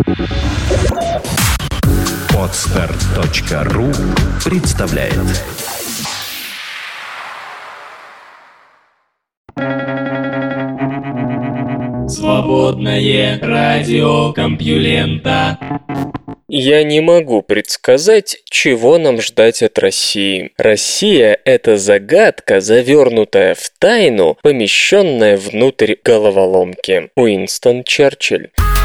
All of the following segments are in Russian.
Podstart.ru представляет. Свободное радио Компьюлента. Я не могу предсказать, чего нам ждать от России. Россия – это загадка, завернутая в тайну, помещенная внутрь головоломки. Уинстон Черчилль.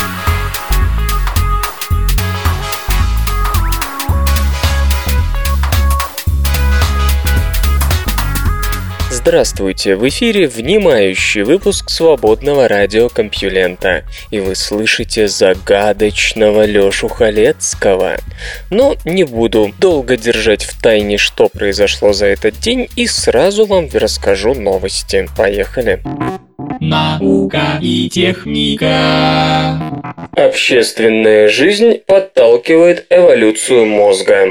Здравствуйте, в эфире внимающий выпуск свободного радиокомпьюлента, и вы слышите загадочного Лёшу Халецкого. Но не буду долго держать в тайне, что произошло за этот день, и сразу вам расскажу новости. Поехали! Наука и техника. Общественная жизнь подталкивает эволюцию мозга.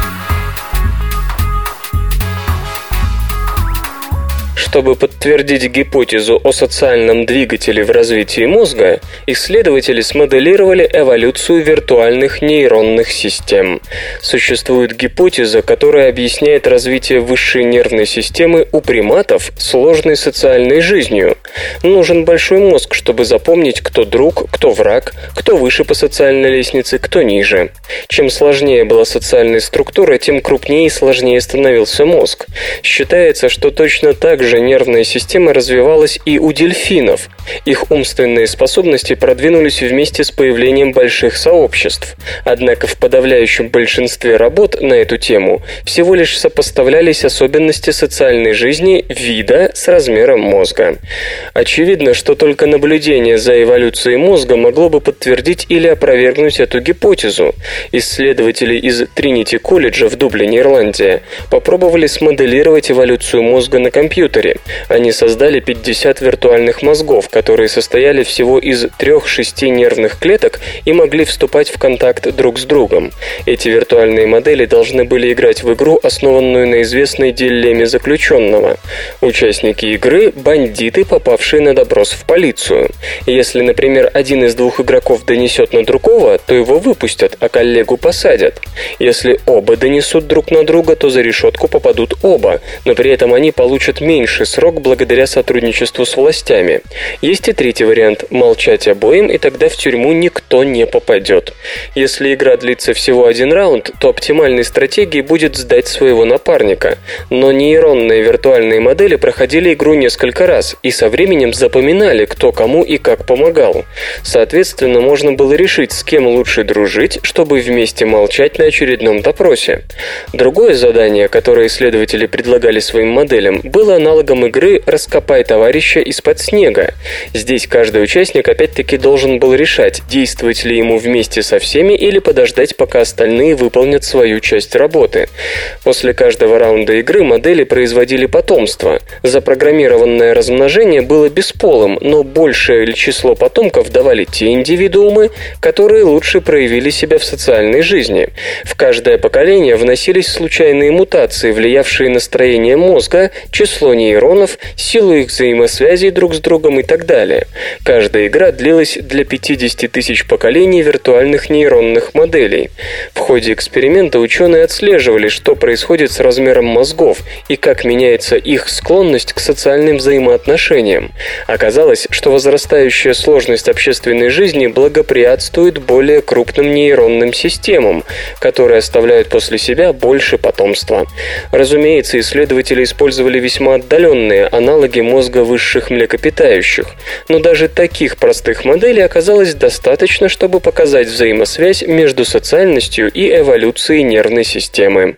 Чтобы подтвердить гипотезу о социальном двигателе в развитии мозга, исследователи смоделировали эволюцию виртуальных нейронных систем. Существует гипотеза, которая объясняет развитие высшей нервной системы у приматов сложной социальной жизнью. Нужен большой мозг, чтобы запомнить, кто друг, кто враг, кто выше по социальной лестнице, кто ниже. Чем сложнее была социальная структура, тем крупнее и сложнее становился мозг. Считается, что точно так же нервная система развивалась и у дельфинов. Их умственные способности продвинулись вместе с появлением больших сообществ. Однако в подавляющем большинстве работ на эту тему всего лишь сопоставлялись особенности социальной жизни вида с размером мозга. Очевидно, что только наблюдение за эволюцией мозга могло бы подтвердить или опровергнуть эту гипотезу. Исследователи из Тринити колледжа в Дублине, Ирландия, попробовали смоделировать эволюцию мозга на компьютере. Они создали 50 виртуальных мозгов, которые состояли всего из 3-6 нервных клеток и могли вступать в контакт друг с другом. Эти виртуальные модели должны были играть в игру, основанную на известной дилемме заключенного. Участники игры – бандиты, попавшие на допрос в полицию. Если, например, один из двух игроков донесет на другого, то его выпустят, а коллегу посадят. Если оба донесут друг на друга, то за решетку попадут оба, но при этом они получат меньший срок благодаря сотрудничеству с властями. Есть и третий вариант – молчать обоим, и тогда в тюрьму никто не попадет. Если игра длится всего один раунд, то оптимальной стратегией будет сдать своего напарника. Но нейронные виртуальные модели проходили игру несколько раз и со временем запоминали, кто кому и как помогал. Соответственно, можно было решить, с кем лучше дружить, чтобы вместе молчать на очередном допросе. Другое задание, которое исследователи предлагали своим моделям, было аналогом игры «Раскопай товарища из-под снега». Здесь каждый участник опять-таки должен был решать, действовать ли ему вместе со всеми или подождать, пока остальные выполнят свою часть работы. После каждого раунда игры модели производили потомство. Запрограммированное размножение было бесполым, но большее число потомков давали те индивидуумы, которые лучше проявили себя в социальной жизни. В каждое поколение вносились случайные мутации, влиявшие на строение мозга, число нейронов, силу их взаимосвязей друг с другом и так далее. Каждая игра длилась для 50 тысяч поколений виртуальных нейронных моделей. В ходе эксперимента ученые отслеживали, что происходит с размером мозгов и как меняется их склонность к социальным взаимоотношениям. Оказалось, что возрастающая сложность общественной жизни благоприятствует более крупным нейронным системам, которые оставляют после себя больше потомства. Разумеется, исследователи использовали весьма отдаленные аналоги мозга высших млекопитающих, но даже таких простых моделей оказалось достаточно, чтобы показать взаимосвязь между социальностью и эволюцией нервной системы.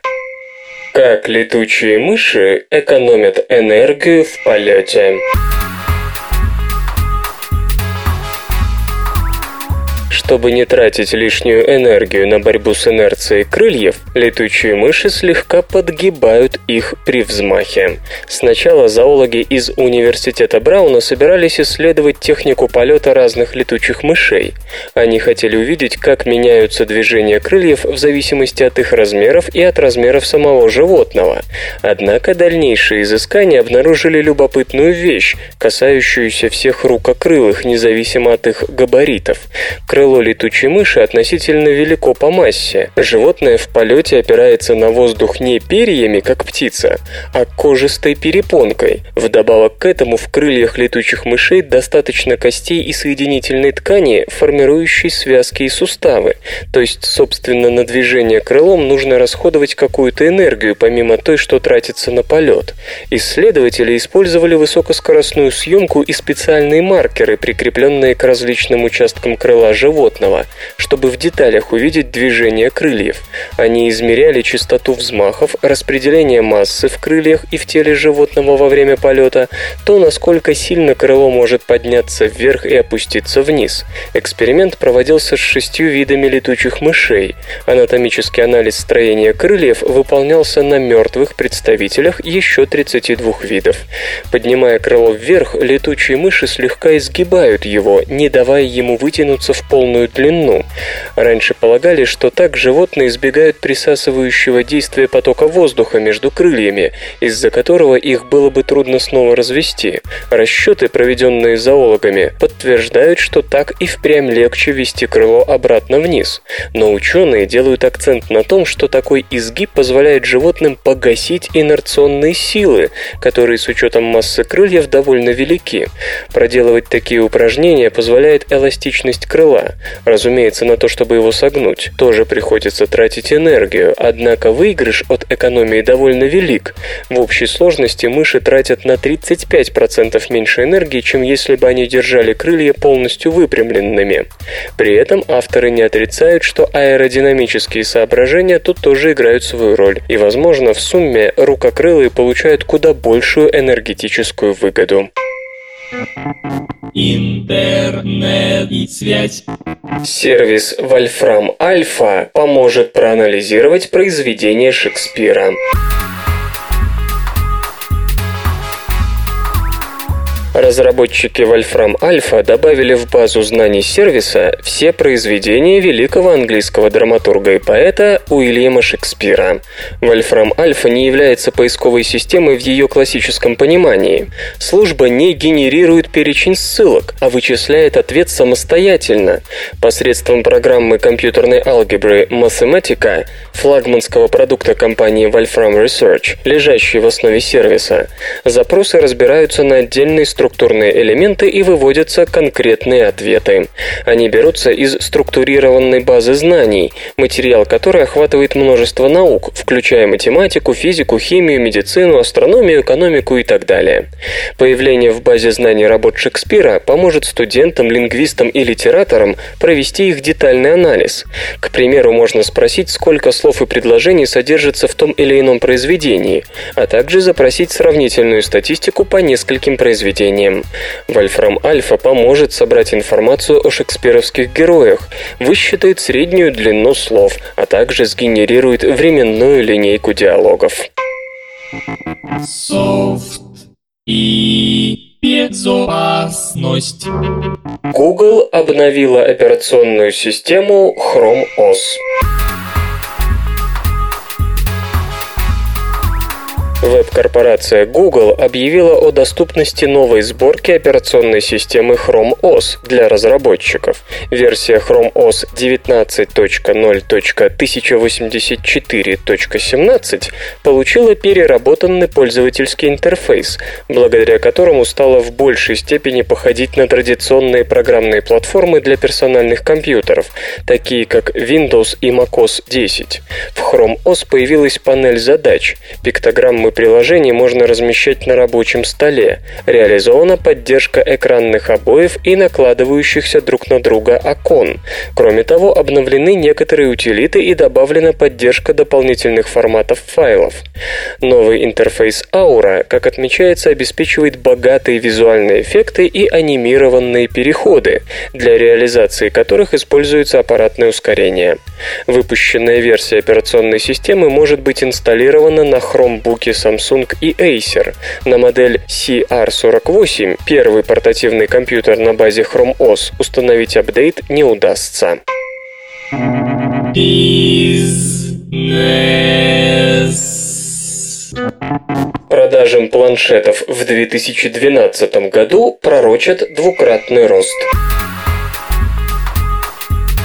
Как летучие мыши экономят энергию в полете. Чтобы не тратить лишнюю энергию на борьбу с инерцией крыльев, летучие мыши слегка подгибают их при взмахе. Сначала зоологи из университета Брауна собирались исследовать технику полета разных летучих мышей. Они хотели увидеть, как меняются движения крыльев в зависимости от их размеров и от размеров самого животного. Однако дальнейшие изыскания обнаружили любопытную вещь, касающуюся всех рукокрылых, независимо от их габаритов. Крыло крыло летучей мыши относительно велико по массе. Животное в полете опирается на воздух не перьями, как птица, а кожистой перепонкой. Вдобавок к этому в крыльях летучих мышей достаточно костей и соединительной ткани, формирующей связки и суставы. То есть, собственно, на движение крылом нужно расходовать какую-то энергию, помимо той, что тратится на полет. Исследователи использовали высокоскоростную съемку и специальные маркеры, прикрепленные к различным участкам крыла животного, чтобы в деталях увидеть движение крыльев. Они измеряли частоту взмахов, распределение массы в крыльях и в теле животного во время полета, то, насколько сильно крыло может подняться вверх и опуститься вниз. Эксперимент проводился с 6 видами летучих мышей. Анатомический анализ строения крыльев выполнялся на мертвых представителях еще 32 видов. Поднимая крыло вверх, летучие мыши слегка изгибают его, не давая ему вытянуться в полную длину. Раньше полагали, что так животные избегают присасывающего действия потока воздуха между крыльями, из-за которого их было бы трудно снова развести. Расчеты, проведенные зоологами, подтверждают, что так и впрямь легче вести крыло обратно вниз. Но ученые делают акцент на том, что такой изгиб позволяет животным погасить инерционные силы, которые с учетом массы крыльев довольно велики. Проделывать такие упражнения позволяет эластичность крыла. Разумеется, на то, чтобы его согнуть, тоже приходится тратить энергию, однако выигрыш от экономии довольно велик. В общей сложности мыши тратят на 35% меньше энергии, чем если бы они держали крылья полностью выпрямленными. При этом авторы не отрицают, что аэродинамические соображения тут тоже играют свою роль, и, возможно, в сумме рукокрылые получают куда большую энергетическую выгоду. Интернет и связь. Сервис Вольфрам Альфа поможет проанализировать произведения Шекспира. Разработчики Wolfram Alpha добавили в базу знаний сервиса все произведения великого английского драматурга и поэта Уильяма Шекспира. Wolfram Alpha не является поисковой системой в ее классическом понимании. Служба не генерирует перечень ссылок, а вычисляет ответ самостоятельно. Посредством программы компьютерной алгебры Mathematica, флагманского продукта компании Wolfram Research, лежащей в основе сервиса, запросы разбираются на отдельные структурные элементы и выводятся конкретные ответы. Они берутся из структурированной базы знаний, материал которой охватывает множество наук, включая математику, физику, химию, медицину, астрономию, экономику и так далее. Появление в базе знаний работ Шекспира поможет студентам, лингвистам и литераторам провести их детальный анализ. К примеру, можно спросить, сколько слов и предложений содержится в том или ином произведении, а также запросить сравнительную статистику по нескольким произведениям. Wolfram Alpha поможет собрать информацию о шекспировских героях, высчитает среднюю длину слов, а также сгенерирует временную линейку диалогов. Софт и безопасность. Google обновила операционную систему Chrome OS. Веб-корпорация Google объявила о доступности новой сборки операционной системы Chrome OS для разработчиков. Версия Chrome OS 19.0.1084.17 получила переработанный пользовательский интерфейс, благодаря которому стала в большей степени походить на традиционные программные платформы для персональных компьютеров, такие как Windows и macOS 10. В Chrome OS появилась панель задач, пиктограммы приложений можно размещать на рабочем столе. Реализована поддержка экранных обоев и накладывающихся друг на друга окон. Кроме того, обновлены некоторые утилиты и добавлена поддержка дополнительных форматов файлов. Новый интерфейс Aura, как отмечается, обеспечивает богатые визуальные эффекты и анимированные переходы, для реализации которых используется аппаратное ускорение. Выпущенная версия операционной системы может быть инсталлирована на Chromebook Samsung и Acer. На модель CR48, первый портативный компьютер на базе Chrome OS, установить апдейт не удастся. Бизнес. Продажам планшетов в 2012 году пророчат двукратный рост.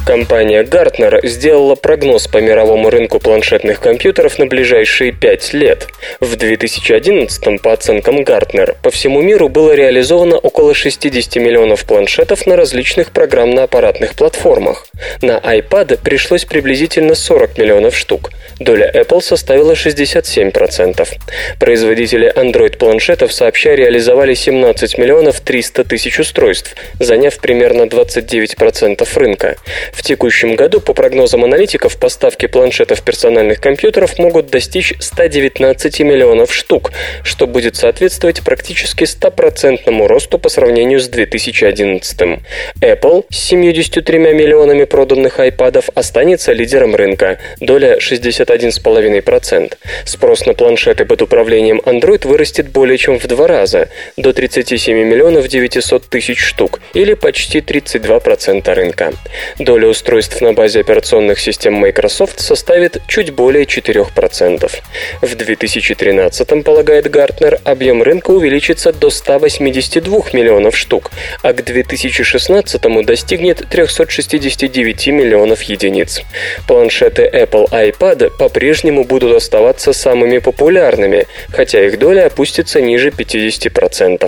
Компания Gartner сделала прогноз по мировому рынку планшетных компьютеров на ближайшие 5 лет. В 2011, по оценкам Gartner, по всему миру было реализовано около 60 миллионов планшетов на различных программно-аппаратных платформах. На iPad пришлось приблизительно 40 миллионов штук. Доля Apple составила 67%. Производители Android-планшетов сообща реализовали 17 миллионов 300 тысяч устройств, заняв примерно 29% рынка. В текущем году, по прогнозам аналитиков, поставки планшетов персональных компьютеров могут достичь 119 миллионов штук, что будет соответствовать практически 100% росту по сравнению с 2011. Apple с 73 миллионами проданных iPad'ов останется лидером рынка, доля 61,5%. Спрос на планшеты под управлением Android вырастет более чем в 2 раза, до 37 миллионов 900 тысяч штук, или почти 32% рынка. Доля устройств на базе операционных систем Microsoft составит чуть более 4%. В 2013, полагает Gartner, объем рынка увеличится до 182 миллионов штук, а к 2016 достигнет 369 миллионов единиц. Планшеты Apple iPad по-прежнему будут оставаться самыми популярными, хотя их доля опустится ниже 50%.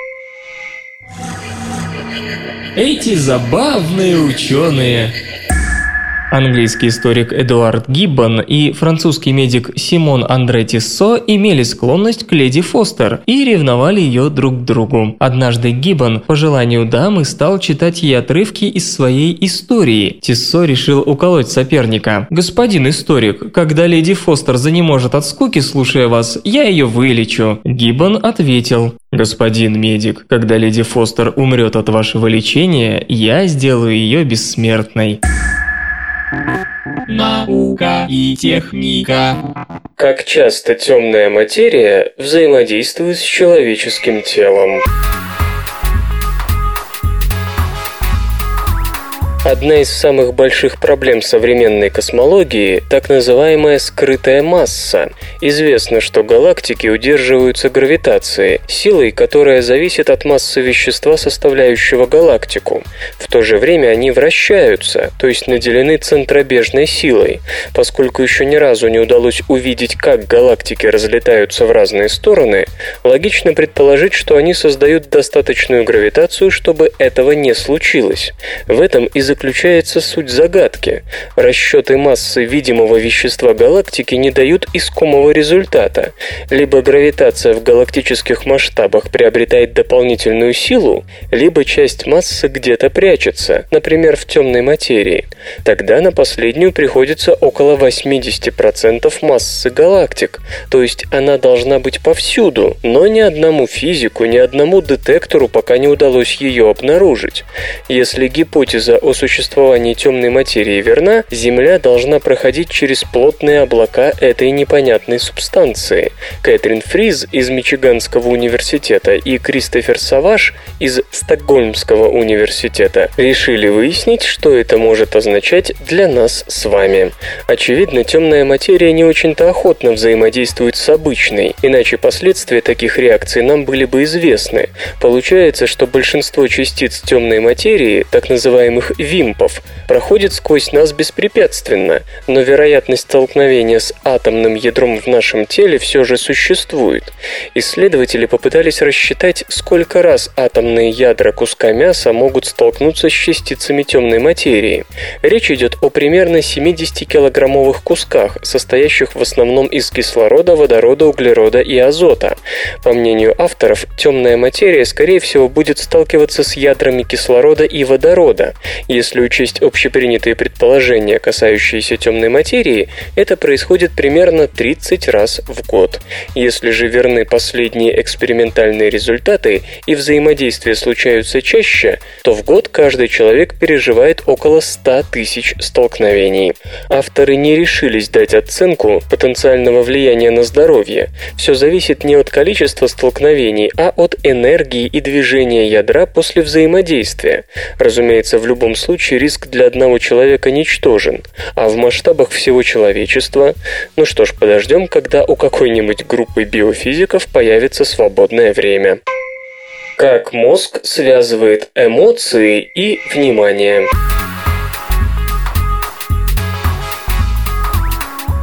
Эти забавные ученые. Английский историк Эдуард Гиббон и французский медик Симон Андре Тиссо имели склонность к леди Фостер и ревновали ее друг к другу. Однажды Гиббон по желанию дамы стал читать ей отрывки из своей истории. Тиссо решил уколоть соперника. «Господин историк, когда леди Фостер занеможет от скуки, слушая вас, я ее вылечу». Гиббон ответил: «Господин медик, когда леди Фостер умрет от вашего лечения, я сделаю ее бессмертной». Наука и техника. Как часто темная материя взаимодействует с человеческим телом? Одна из самых больших проблем современной космологии – так называемая скрытая масса. Известно, что галактики удерживаются гравитацией, силой, которая зависит от массы вещества, составляющего галактику. В то же время они вращаются, то есть наделены центробежной силой. Поскольку еще ни разу не удалось увидеть, как галактики разлетаются в разные стороны, логично предположить, что они создают достаточную гравитацию, чтобы этого не случилось. В этом и заключается суть загадки. Расчеты массы видимого вещества галактики не дают искомого результата. Либо гравитация в галактических масштабах приобретает дополнительную силу, либо часть массы где-то прячется, например, в темной материи. Тогда на последнюю приходится около 80% массы галактик, то есть она должна быть повсюду, но ни одному физику, ни одному детектору пока не удалось ее обнаружить. Если гипотеза о существовании темной материи верна, Земля должна проходить через плотные облака этой непонятной субстанции. Кэтрин Фриз из Мичиганского университета и Кристофер Саваш из Стокгольмского университета решили выяснить, что это может означать для нас с вами. Очевидно, темная материя не очень-то охотно взаимодействует с обычной, иначе последствия таких реакций нам были бы известны. Получается, что большинство частиц темной материи, так называемых вимпов, проходит сквозь нас беспрепятственно, но вероятность столкновения с атомным ядром в нашем теле все же существует. Исследователи попытались рассчитать, сколько раз атомные ядра куска мяса могут столкнуться с частицами темной материи. Речь идет о примерно 70-килограммовых кусках, состоящих в основном из кислорода, водорода, углерода и азота. По мнению авторов, темная материя, скорее всего, будет сталкиваться с ядрами кислорода и водорода. Если учесть общепринятые предположения, касающиеся темной материи, это происходит примерно 30 раз в год. Если же верны последние экспериментальные результаты и взаимодействия случаются чаще, то в год каждый человек переживает около 100 тысяч столкновений. Авторы не решились дать оценку потенциального влияния на здоровье. Все зависит не от количества столкновений, а от энергии и движения ядра после взаимодействия. Разумеется, в любом случае риск для одного человека ничтожен, а в масштабах всего человечества, ну что ж, подождем, когда у какой-нибудь группы биофизиков появится свободное время. Как мозг связывает эмоции и внимание?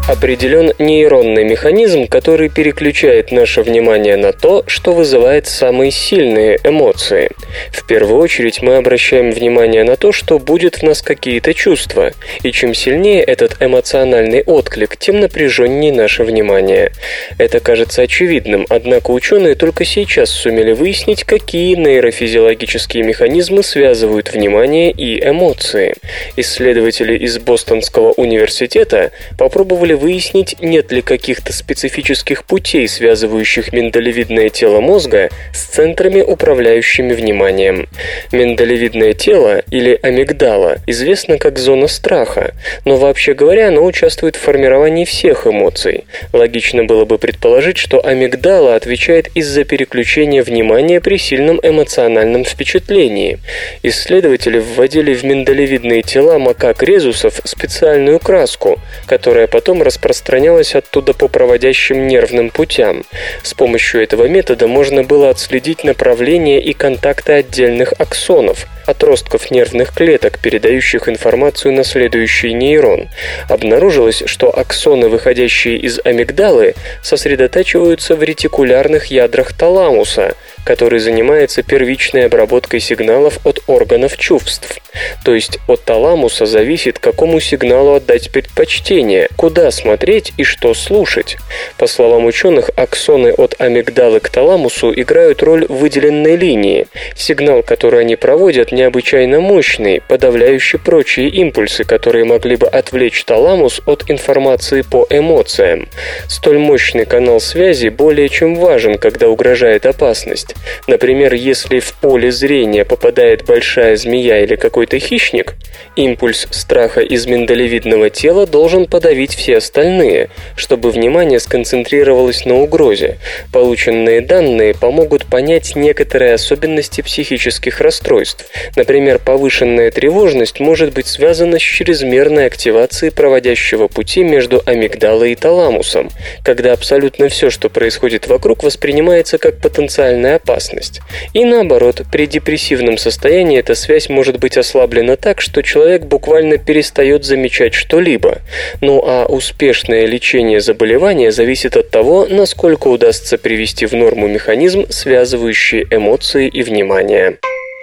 определен нейронный механизм, который переключает наше внимание на то, что вызывает самые сильные эмоции. В первую очередь мы обращаем внимание на то, что будет в нас какие-то чувства, и чем сильнее этот эмоциональный отклик, тем напряженнее наше внимание. Это кажется очевидным, однако ученые только сейчас сумели выяснить, какие нейрофизиологические механизмы связывают внимание и эмоции. Исследователи из Бостонского университета попробовали выяснить, нет ли каких-то специфических путей, связывающих миндалевидное тело мозга с центрами, управляющими вниманием. Миндалевидное тело, или амигдала, известно как зона страха, но вообще говоря, оно участвует в формировании всех эмоций. Логично было бы предположить, что амигдала отвечает из-за переключения внимания при сильном эмоциональном впечатлении. Исследователи вводили в миндалевидные тела макак-резусов специальную краску, которая потом распространялась оттуда по проводящим нервным путям. С помощью этого метода можно было отследить направление и контакты отдельных аксонов, отростков нервных клеток, передающих информацию на следующий нейрон. Обнаружилось, что аксоны, выходящие из амигдалы, сосредотачиваются в ретикулярных ядрах таламуса, который занимается первичной обработкой сигналов от органов чувств. То есть от таламуса зависит, какому сигналу отдать предпочтение, куда смотреть и что слушать. По словам ученых, аксоны от амигдалы к таламусу играют роль выделенной линии. Сигнал, который они проводят, необычайно мощный, подавляющий прочие импульсы, которые могли бы отвлечь таламус от информации по эмоциям. Столь мощный канал связи более чем важен, когда угрожает опасность. Например, если в поле зрения попадает большая змея или какой-то хищник, импульс страха из миндалевидного тела должен подавить все остальные, чтобы внимание сконцентрировалось на угрозе. Полученные данные помогут понять некоторые особенности психических расстройств. Например, повышенная тревожность может быть связана с чрезмерной активацией проводящего пути между амигдалой и таламусом, когда абсолютно все, что происходит вокруг, воспринимается как потенциальная опасность. И наоборот, при депрессивном состоянии эта связь может быть ослаблена так, что человек буквально перестает замечать что-либо. Ну а успешное лечение заболевания зависит от того, насколько удастся привести в норму механизм, связывающий эмоции и внимание.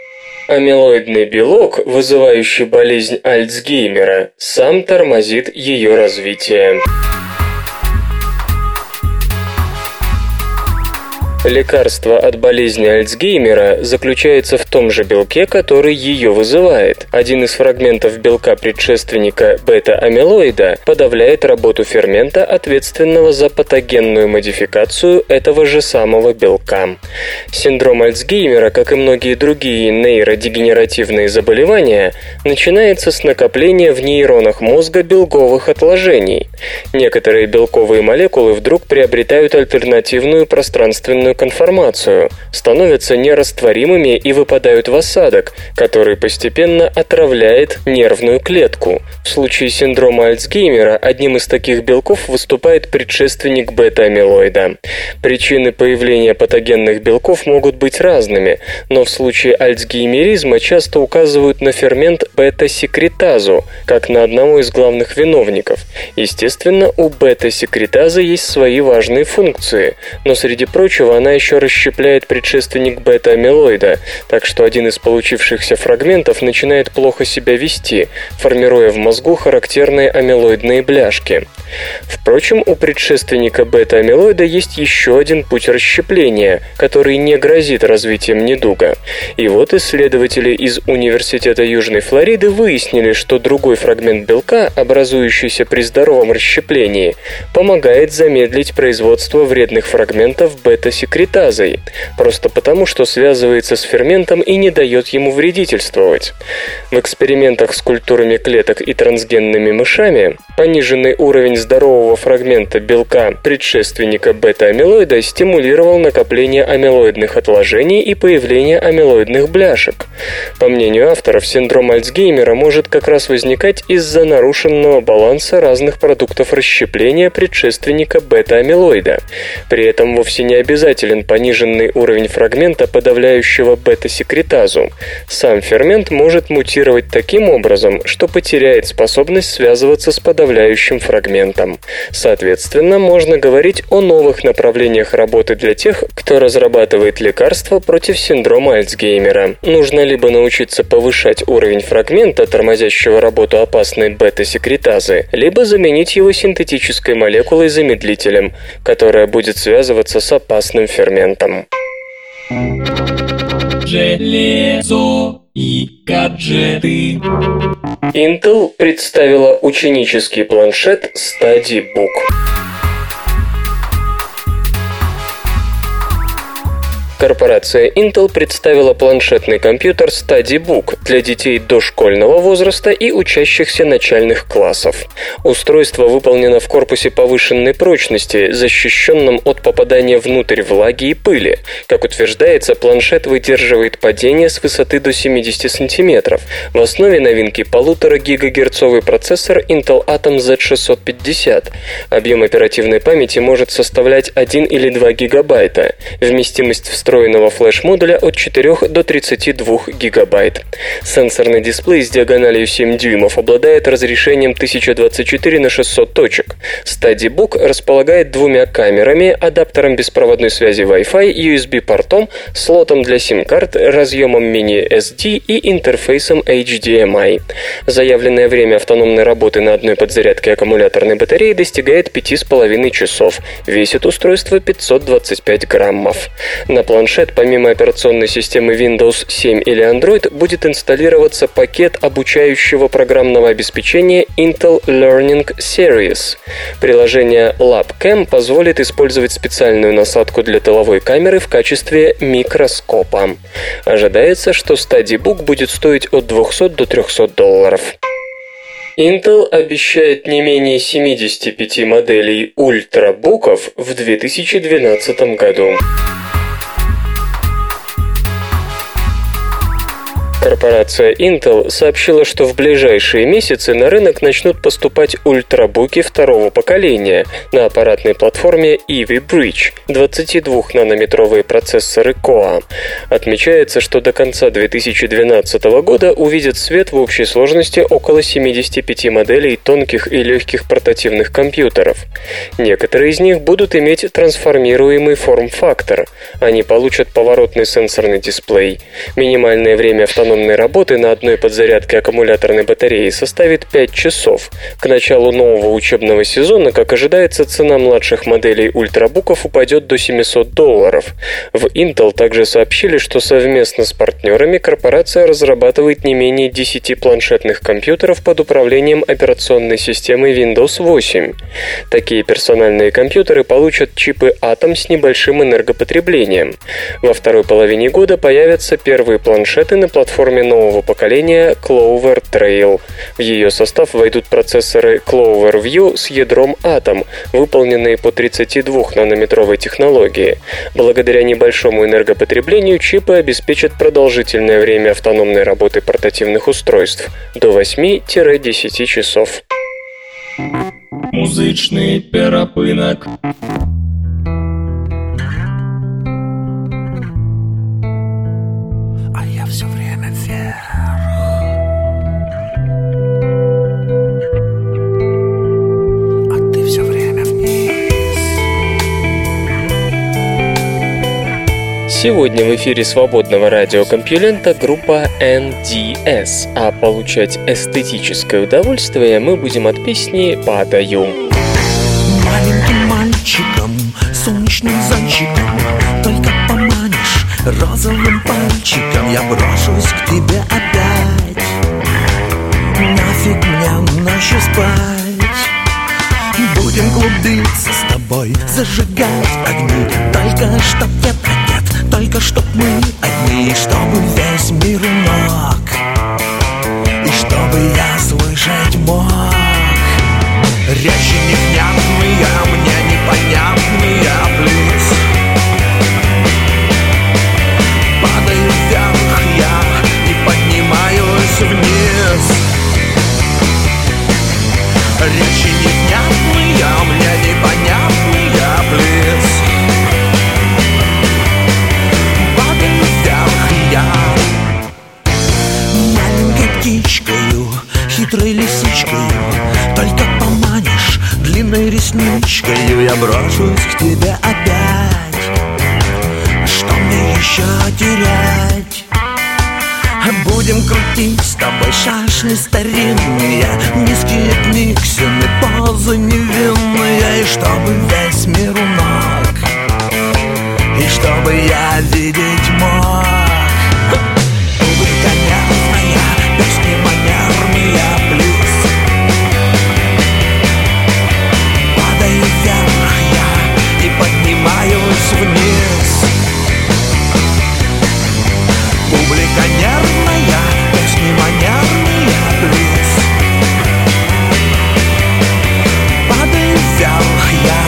Амилоидный белок, вызывающий болезнь Альцгеймера, сам тормозит ее развитие. Лекарство от болезни Альцгеймера заключается в том же белке, который ее вызывает. Один из фрагментов белка-предшественника бета-амилоида подавляет работу фермента, ответственного за патогенную модификацию этого же самого белка. Синдром Альцгеймера, как и многие другие нейродегенеративные заболевания, начинается с накопления в нейронах мозга белковых отложений. Некоторые белковые молекулы вдруг приобретают альтернативную пространственную конформацию, становятся нерастворимыми и выпадают в осадок, который постепенно отравляет нервную клетку. В случае синдрома Альцгеймера одним из таких белков выступает предшественник бета-амилоида. Причины появления патогенных белков могут быть разными, но в случае альцгеймеризма часто указывают на фермент бета-секретазу, как на одного из главных виновников. Естественно, у бета-секретазы есть свои важные функции, но среди прочего она еще расщепляет предшественник бета-амилоида, так что один из получившихся фрагментов начинает плохо себя вести, формируя в мозгу характерные амилоидные бляшки. Впрочем, у предшественника бета-амилоида есть еще один путь расщепления, который не грозит развитием недуга. И вот исследователи из Университета Южной Флориды выяснили, что другой фрагмент белка, образующийся при здоровом расщеплении, помогает замедлить производство вредных фрагментов бета-секретазой, просто потому, что связывается с ферментом и не дает ему вредительствовать. В экспериментах с культурами клеток и трансгенными мышами пониженный уровень здорового фрагмента белка предшественника бета-амилоида стимулировал накопление амилоидных отложений и появление амилоидных бляшек. По мнению авторов, синдром Альцгеймера может как раз возникать из-за нарушенного баланса разных продуктов расщепления предшественника бета-амилоида. При этом вовсе не обязательно обязателен пониженный уровень фрагмента, подавляющего бета-секретазу. Сам фермент может мутировать таким образом, что потеряет способность связываться с подавляющим фрагментом. Соответственно, можно говорить о новых направлениях работы для тех, кто разрабатывает лекарства против синдрома Альцгеймера. Нужно либо научиться повышать уровень фрагмента, тормозящего работу опасной бета-секретазы, либо заменить его синтетической молекулой-замедлителем, которая будет связываться с опасным ферментом. Железо и гаджеты. Intel представила ученический планшет StudyBook. Корпорация Intel представила планшетный компьютер StudyBook для детей дошкольного возраста и учащихся начальных классов. Устройство выполнено в корпусе повышенной прочности, защищенном от попадания внутрь влаги и пыли. Как утверждается, планшет выдерживает падение с высоты до 70 см. В основе новинки 1,5 гигагерцовый процессор Intel Atom Z650. Объем оперативной памяти может составлять 1 или 2 гигабайта. Вместимость встроенного флеш-модуля от 4 до 32 гигабайт. Сенсорный дисплей с диагональю 7 дюймов обладает разрешением 1024 на 600 точек. StudyBook располагает двумя камерами, адаптером беспроводной связи Wi-Fi, USB-портом, слотом для SIM-карт, разъемом mini-SD и интерфейсом HDMI. Заявленное время автономной работы на одной подзарядке аккумуляторной батареи достигает 5,5 часов. Весит устройство 525 граммов. На планшет, помимо операционной системы Windows 7 или Android, будет инсталлироваться пакет обучающего программного обеспечения Intel Learning Series. Приложение LabCam позволит использовать специальную насадку для тыловой камеры в качестве микроскопа. Ожидается, что StudyBook будет стоить от $200 до $300. Intel обещает не менее 75 моделей ультрабуков в 2012 году. Корпорация Intel сообщила, что в ближайшие месяцы на рынок начнут поступать ультрабуки второго поколения на аппаратной платформе Ivy Bridge, 22-нанометровые процессоры Core. Отмечается, что до конца 2012 года увидят свет в общей сложности около 75 моделей тонких и легких портативных компьютеров. Некоторые из них будут иметь трансформируемый форм-фактор. Они получат поворотный сенсорный дисплей. Минимальное время автономной работы на одной подзарядке аккумуляторной батареи составит 5 часов. К началу нового учебного сезона, как ожидается, цена младших моделей ультрабуков упадет до $700. В Intel также сообщили, что совместно с партнерами корпорация разрабатывает не менее 10 планшетных компьютеров под управлением операционной системы Windows 8. Такие персональные компьютеры получат чипы Atom с небольшим энергопотреблением. Во второй половине года появятся первые планшеты на платформе нового поколения Clover Trail. В ее состав войдут процессоры Clover View с ядром Atom, выполненные по 32-нанометровой технологии. Благодаря небольшому энергопотреблению чипы обеспечат продолжительное время автономной работы портативных устройств до 8-10 часов. Музычный перапынок. А я все время вверх. А ты все время вниз. Сегодня в эфире свободного радиокомпьюлента группа NDS, а получать эстетическое удовольствие мы будем от песни «Падаю». Маленьким мальчиком, солнечным зайчиком, только поманишь розовым пальчиком, я брошусь к тебе опять. Нафиг мне ночью спать. Будем клубиться с тобой, зажигать огни, только чтоб нет, только чтоб мы одни, чтобы весь мир у ног, и чтобы я слышать мог. Речи невнятные, мне непонятные, плиз. Падаю вверх я и поднимаюсь вниз. Речи невнятные, мне непонятные, плиз. хитрой лисичкою, только поманишь длинной ресничкою, я брошусь к тебе опять. Что мне еще терять? Будем крутить с тобой шашни старинные, низкие книгсины, позы невинные, и чтобы весь мир у ног, и чтобы я видеть мог. Публика нервная, песни манерные, плюс падаю вверх я и поднимаюсь вниз. Публика нервная, песни манерные, плюс падаю вверх я,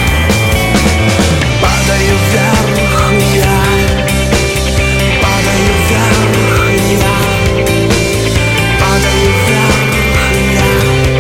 падаю вверх я, падаю вверх я, падаю вверх я,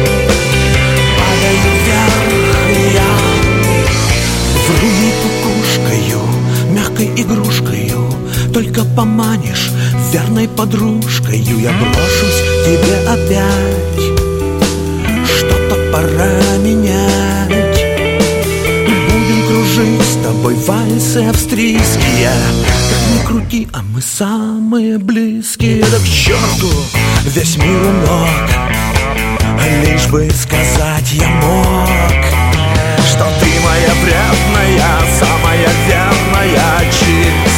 падаю вверх я. Вруни кукушкою, мягкой игрушкою, только поманишь верной подружкою, я брошусь к тебе опять. Что-то пора менять. Будем кружить с тобой вальсы австрийские. Как ни крути, а мы самые близкие. Да к черту весь мир у ног, лишь бы сказать я мог, что ты моя преданная, самая верная чиз.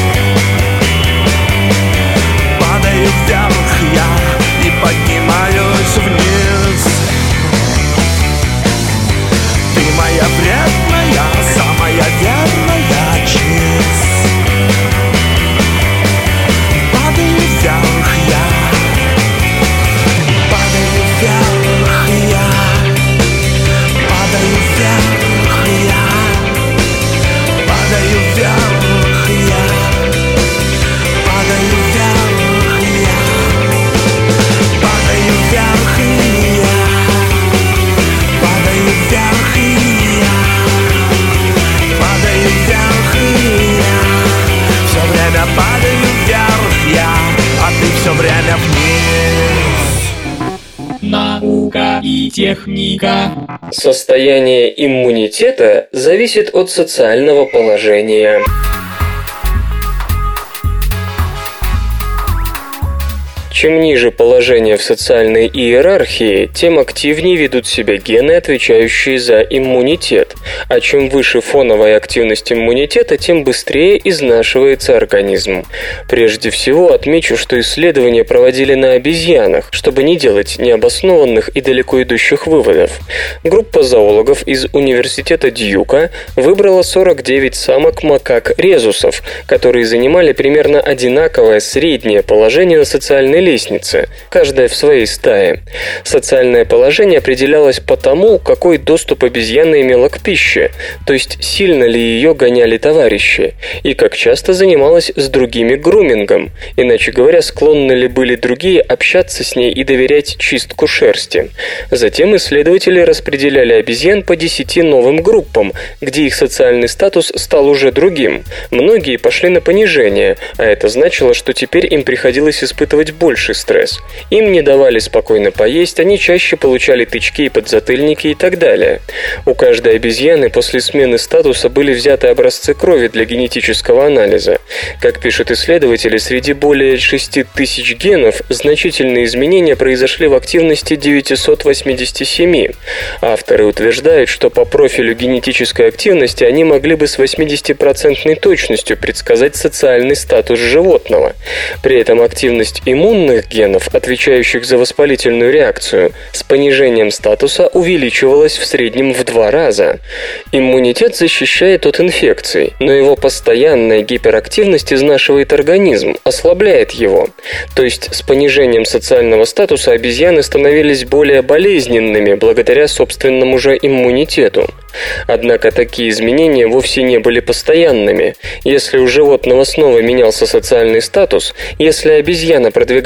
Падаю вверх я и поднимаюсь вниз. Ты моя преданная, самая верная чиз. Падаю вверх я, падаю вверх я, падаю вверх я, падаю вверх я, падаю вверх я, падаю вверх я, падаю вверх я, падаю вверх я, все время падаю вверх я, а ты все время вниз. Наука и техника. Состояние иммунитета зависит от социального положения. Чем ниже положение в социальной иерархии, тем активнее ведут себя гены, отвечающие за иммунитет, а чем выше фоновая активность иммунитета, тем быстрее изнашивается организм. Прежде всего отмечу, что исследования проводили на обезьянах, чтобы не делать необоснованных и далеко идущих выводов. Группа зоологов из университета Дьюка выбрала 49 самок макак-резусов, которые занимали примерно одинаковое среднее положение на социальной лестнице, каждая в своей стае. Социальное положение определялось по тому, какой доступ обезьяна имела к пище, то есть сильно ли ее гоняли товарищи, и как часто занималась с другими грумингом, иначе говоря, склонны ли были другие общаться с ней и доверять чистку шерсти. Затем исследователи распределяли обезьян по 10 новым группам, где их социальный статус стал уже другим. Многие пошли на понижение, а это значило, что теперь им приходилось испытывать больший стресс. Им не давали спокойно поесть, они чаще получали тычки и подзатыльники и так далее. У каждой обезьяны после смены статуса были взяты образцы крови для генетического анализа. Как пишут исследователи, среди более 6000 генов значительные изменения произошли в активности 987. Авторы утверждают, что по профилю генетической активности они могли бы с 80% точностью предсказать социальный статус животного. При этом активность иммунных генов, отвечающих за воспалительную реакцию, с понижением статуса увеличивалась в среднем в 2 раза. Иммунитет защищает от инфекций, но его постоянная гиперактивность изнашивает организм, ослабляет его. То есть с понижением социального статуса обезьяны становились более болезненными благодаря собственному же иммунитету. Однако такие изменения вовсе не были постоянными. Если у животного снова менялся социальный статус, если обезьяна продвигалась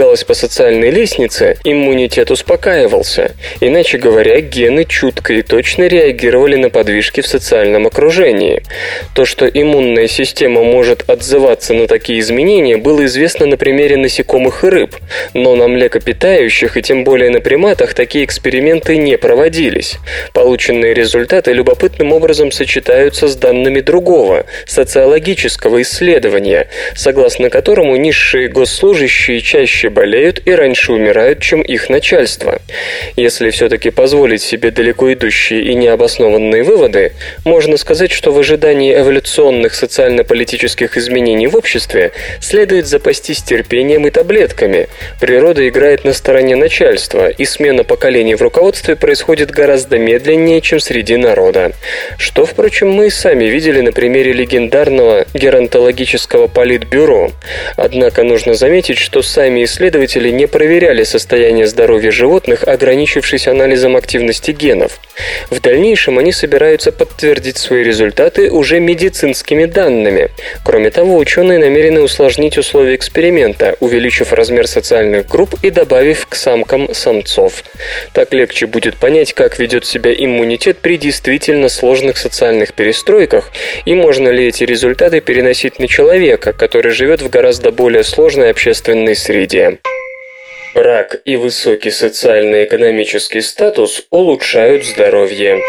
продвигалась по социальной лестнице, иммунитет успокаивался. Иначе говоря, гены чутко и точно реагировали на подвижки в социальном окружении. То, что иммунная система может отзываться на такие изменения, было известно на примере насекомых и рыб, но на млекопитающих и тем более на приматах такие эксперименты не проводились. Полученные результаты любопытным образом сочетаются с данными другого, социологического исследования, согласно которому низшие госслужащие чаще болеют и раньше умирают, чем их начальство. Если все-таки позволить себе далеко идущие и необоснованные выводы, можно сказать, что в ожидании эволюционных социально-политических изменений в обществе следует запастись терпением и таблетками. Природа играет на стороне начальства, и смена поколений в руководстве происходит гораздо медленнее, чем среди народа. Что, впрочем, мы и сами видели на примере легендарного геронтологического политбюро. Однако нужно заметить, что сами исследователи не проверяли состояние здоровья животных, ограничившись анализом активности генов. В дальнейшем они собираются подтвердить свои результаты уже медицинскими данными. Кроме того, ученые намерены усложнить условия эксперимента, увеличив размер социальных групп и добавив к самкам самцов. Так легче будет понять, как ведет себя иммунитет при действительно сложных социальных перестройках, и можно ли эти результаты переносить на человека, который живет в гораздо более сложной общественной среде. Брак и высокий социально-экономический статус улучшают здоровье.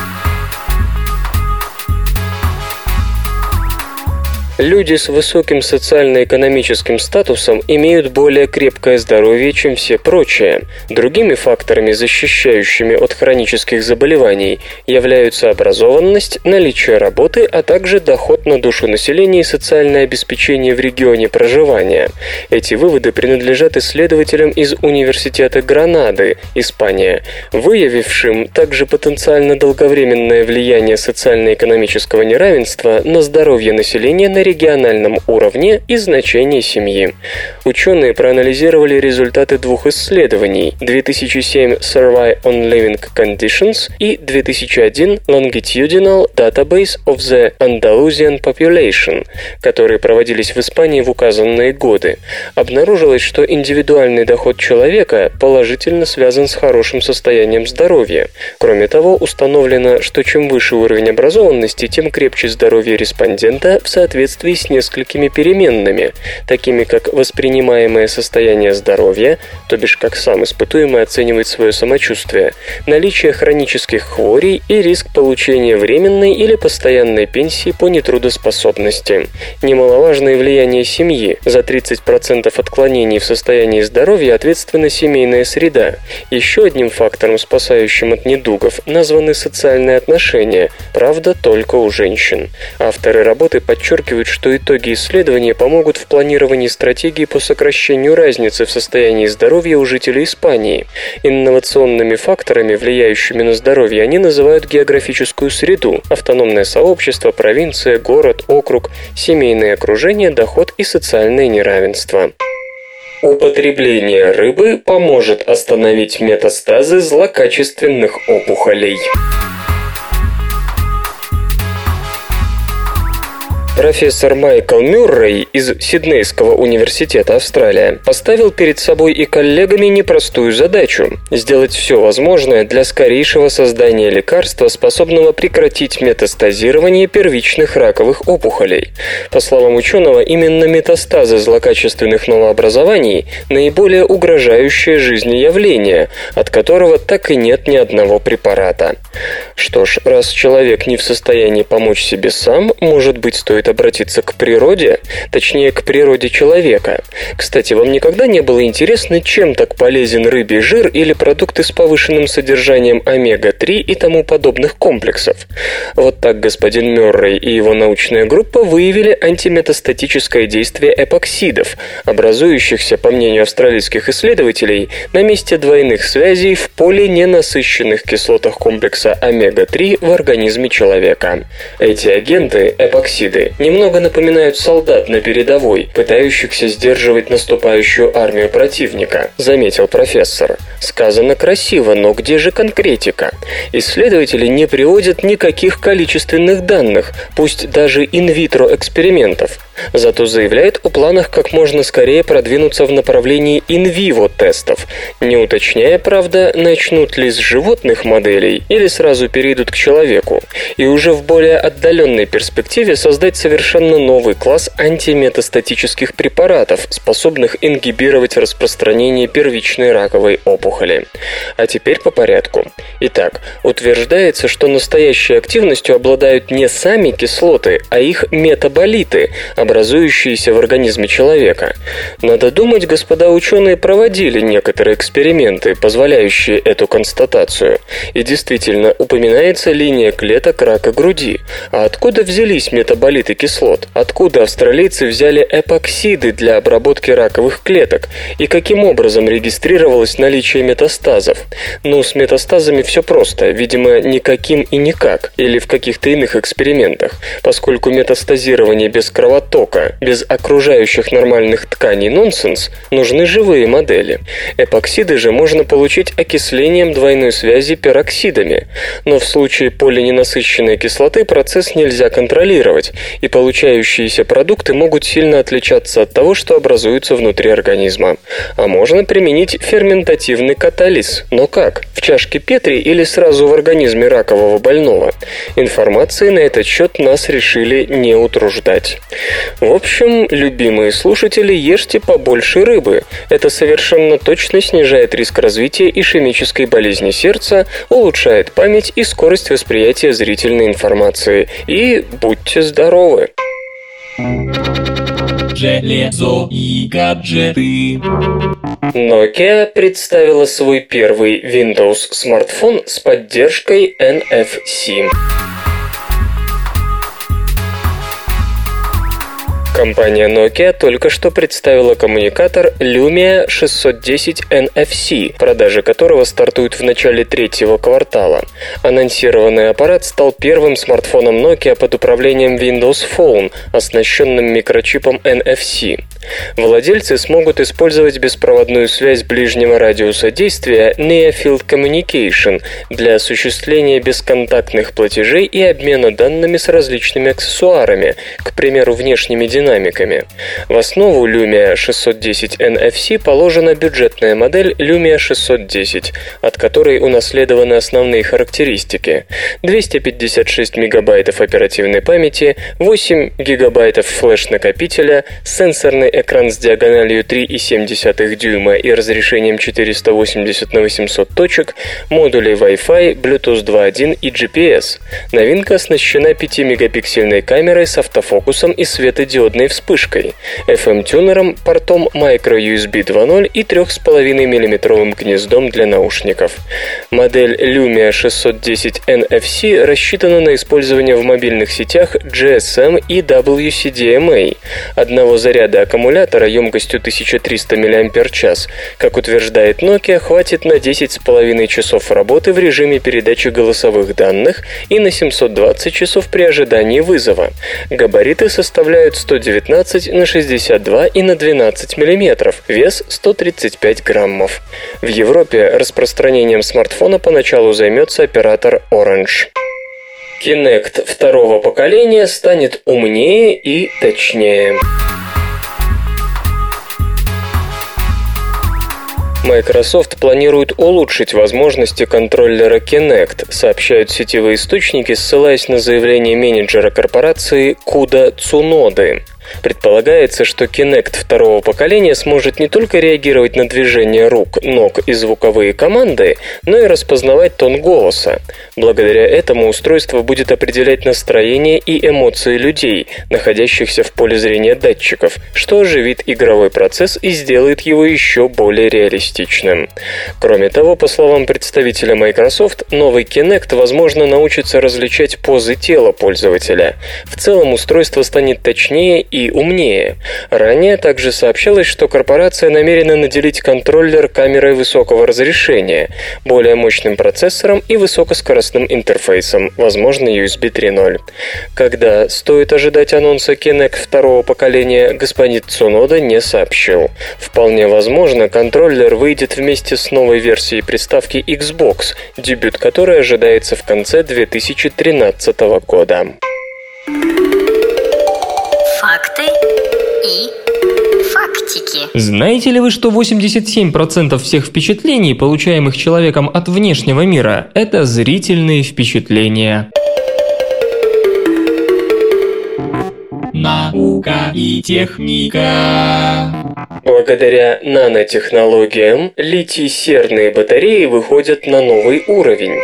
Люди с высоким социально-экономическим статусом имеют более крепкое здоровье, чем все прочие. Другими факторами, защищающими от хронических заболеваний, являются образованность, наличие работы, а также доход на душу населения и социальное обеспечение в регионе проживания. Эти выводы принадлежат исследователям из Университета Гранады, Испания, выявившим также потенциально долговременное влияние социально-экономического неравенства на здоровье населения на региональном уровне и значение семьи. Ученые проанализировали результаты двух исследований: 2007 Survey on Living Conditions и 2001 Longitudinal Database of the Andalusian Population, которые проводились в Испании в указанные годы. Обнаружилось, что индивидуальный доход человека положительно связан с хорошим состоянием здоровья. Кроме того, установлено, что чем выше уровень образованности, тем крепче здоровье респондента в соответствии с несколькими переменными, такими как воспринимаемое состояние здоровья, то бишь как сам испытуемый оценивает свое самочувствие, наличие хронических хворей и риск получения временной или постоянной пенсии по нетрудоспособности. Немаловажное влияние семьи. За 30% отклонений в состоянии здоровья ответственна семейная среда. Еще одним фактором, спасающим от недугов, названы социальные отношения, правда, только у женщин. Авторы работы подчеркивают, что итоги исследования помогут в планировании стратегий по сокращению разницы в состоянии здоровья у жителей Испании. Инновационными факторами, влияющими на здоровье, они называют географическую среду, автономное сообщество, провинция, город, округ, семейное окружение, доход и социальное неравенство. Употребление рыбы поможет остановить метастазы злокачественных опухолей. Профессор Майкл Мюррей из Сиднейского университета, Австралия, поставил перед собой и коллегами непростую задачу – сделать все возможное для скорейшего создания лекарства, способного прекратить метастазирование первичных раковых опухолей. По словам ученого, именно метастазы злокачественных новообразований – наиболее угрожающее жизни явление, от которого так и нет ни одного препарата. Что ж, раз человек не в состоянии помочь себе сам, может быть, стоит обратиться к природе, точнее, к природе человека. Кстати, вам никогда не было интересно, чем так полезен рыбий жир или продукты с повышенным содержанием омега-3 и тому подобных комплексов? Вот так господин Мюррей и его научная группа выявили антиметастатическое действие эпоксидов, образующихся, по мнению австралийских исследователей, на месте двойных связей в полиненасыщенных кислотах комплекса омега-3 в организме человека. Эти агенты, эпоксиды, немного напоминают солдат на передовой, пытающихся сдерживать наступающую армию противника, заметил профессор. Сказано красиво, но где же конкретика? Исследователи не приводят никаких количественных данных, пусть даже инвитро экспериментов. Зато заявляет о планах как можно скорее продвинуться в направлении in-vivo тестов, не уточняя, правда, начнут ли с животных моделей или сразу перейдут к человеку, и уже в более отдаленной перспективе создать совершенно новый класс антиметастатических препаратов, способных ингибировать распространение первичной раковой опухоли. А теперь по порядку. Итак, утверждается, что настоящей активностью обладают не сами кислоты, а их метаболиты, образующиеся в организме человека. Надо думать, господа ученые проводили некоторые эксперименты, позволяющие эту констатацию. И действительно, упоминается линия клеток рака груди. А откуда взялись метаболиты кислот? Откуда австралийцы взяли эпоксиды для обработки раковых клеток? И каким образом регистрировалось наличие метастазов? Ну, с метастазами все просто, видимо, никаким и никак, или в каких-то иных экспериментах, поскольку метастазирование без кровотока, без окружающих нормальных тканей нонсенс, нужны живые модели. Эпоксиды же можно получить окислением двойной связи пероксидами, но в случае полиненасыщенной кислоты процесс нельзя контролировать, и получающиеся продукты могут сильно отличаться от того, что образуется внутри организма. А можно применить ферментативный катализ. Но как? В чашке Петри или сразу в организме ракового больного? Информации на этот счет нас решили не утруждать. В общем, любимые слушатели, ешьте побольше рыбы. Это совершенно точно снижает риск развития ишемической болезни сердца, улучшает память и скорость восприятия зрительной информации. И будьте здоровы! Железо и гаджеты. Nokia представила свой первый Windows смартфон с поддержкой NFC. Компания Nokia только что представила коммуникатор Lumia 610 NFC, продажи которого стартуют в начале третьего квартала. Анонсированный аппарат стал первым смартфоном Nokia под управлением Windows Phone, оснащенным микрочипом NFC. Владельцы смогут использовать беспроводную связь ближнего радиуса действия Near Field Communication для осуществления бесконтактных платежей и обмена данными с различными аксессуарами, к примеру, внешними динамиками. В основу Lumia 610 NFC положена бюджетная модель Lumia 610, от которой унаследованы основные характеристики: 256 мегабайтов оперативной памяти, 8 гигабайтов флеш-накопителя, сенсорный экран с диагональю 3,7 дюйма и разрешением 480 на 800 точек, модули Wi-Fi, Bluetooth 2.1 и GPS. Новинка оснащена 5-мегапиксельной камерой с автофокусом и светодиодной вспышкой, FM-тюнером, портом microUSB 2.0 и 3,5 мм гнездом для наушников. Модель Lumia 610 NFC рассчитана на использование в мобильных сетях GSM и WCDMA. Одного заряда аккумулятора емкостью 1300 мАч, как утверждает Nokia, хватит на 10,5 часов работы в режиме передачи голосовых данных и на 720 часов при ожидании вызова. Габариты составляют 119 на 62 и на 12 мм, вес 135 граммов. В Европе распространением смартфона поначалу займется оператор Orange. Kinect второго поколения станет умнее и точнее. Microsoft планирует улучшить возможности контроллера Kinect, сообщают сетевые источники, ссылаясь на заявление менеджера корпорации Куда Цуноды. Предполагается, что Kinect второго поколения сможет не только реагировать на движения рук, ног и звуковые команды, но и распознавать тон голоса. Благодаря этому устройство будет определять настроение и эмоции людей, находящихся в поле зрения датчиков, что оживит игровой процесс и сделает его еще более реалистичным. Кроме того, по словам представителя Microsoft, новый Kinect, возможно, научится различать позы тела пользователя. В целом устройство станет точнее и умнее. Ранее также сообщалось, что корпорация намерена наделить контроллер камерой высокого разрешения, более мощным процессором и высокоскоростным интерфейсом, возможно, USB 3.0. Когда стоит ожидать анонса Kinect второго поколения, господин Цунода не сообщил. Вполне возможно, контроллер выйдет вместе с новой версией приставки Xbox, дебют которой ожидается в конце 2013 года. Факты галактики. Знаете ли вы, что 87% всех впечатлений, получаемых человеком от внешнего мира, это зрительные впечатления? Наука и техника. Благодаря нанотехнологиям литий-серные батареи выходят на новый уровень.